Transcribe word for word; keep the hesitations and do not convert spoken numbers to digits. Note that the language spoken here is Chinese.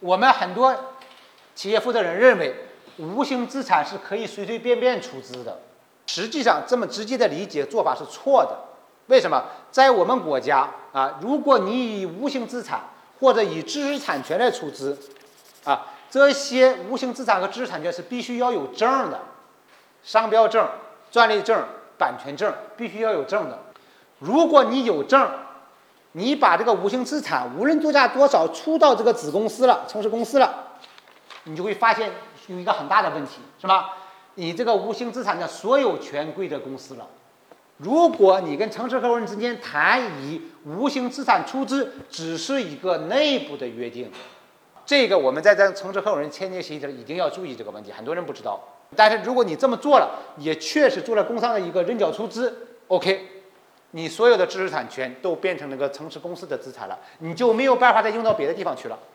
我们很多企业负责人认为，无形资产是可以随随便便出资的。实际上，这么直接的理解做法是错的。为什么？在我们国家啊，如果你以无形资产或者以知识产权来出资，啊，这些无形资产和知识产权是必须要有证的，商标证、专利证、版权证必须要有证的。如果你有证，你把这个无形资产无论多价多少出到这个子公司了、城市公司了，你就会发现有一个很大的问题，是吧？你这个无形资产的所有权归这公司了。如果你跟城市合伙人之间谈以无形资产出资，只是一个内部的约定，这个我们在这城市合伙人签订协议的时候一定要注意这个问题，很多人不知道。但是如果你这么做了，也确实做了工商的一个认缴出资 ，OK， 你所有的知识产权都变成那个城市公司的资产了，你就没有办法再用到别的地方去了。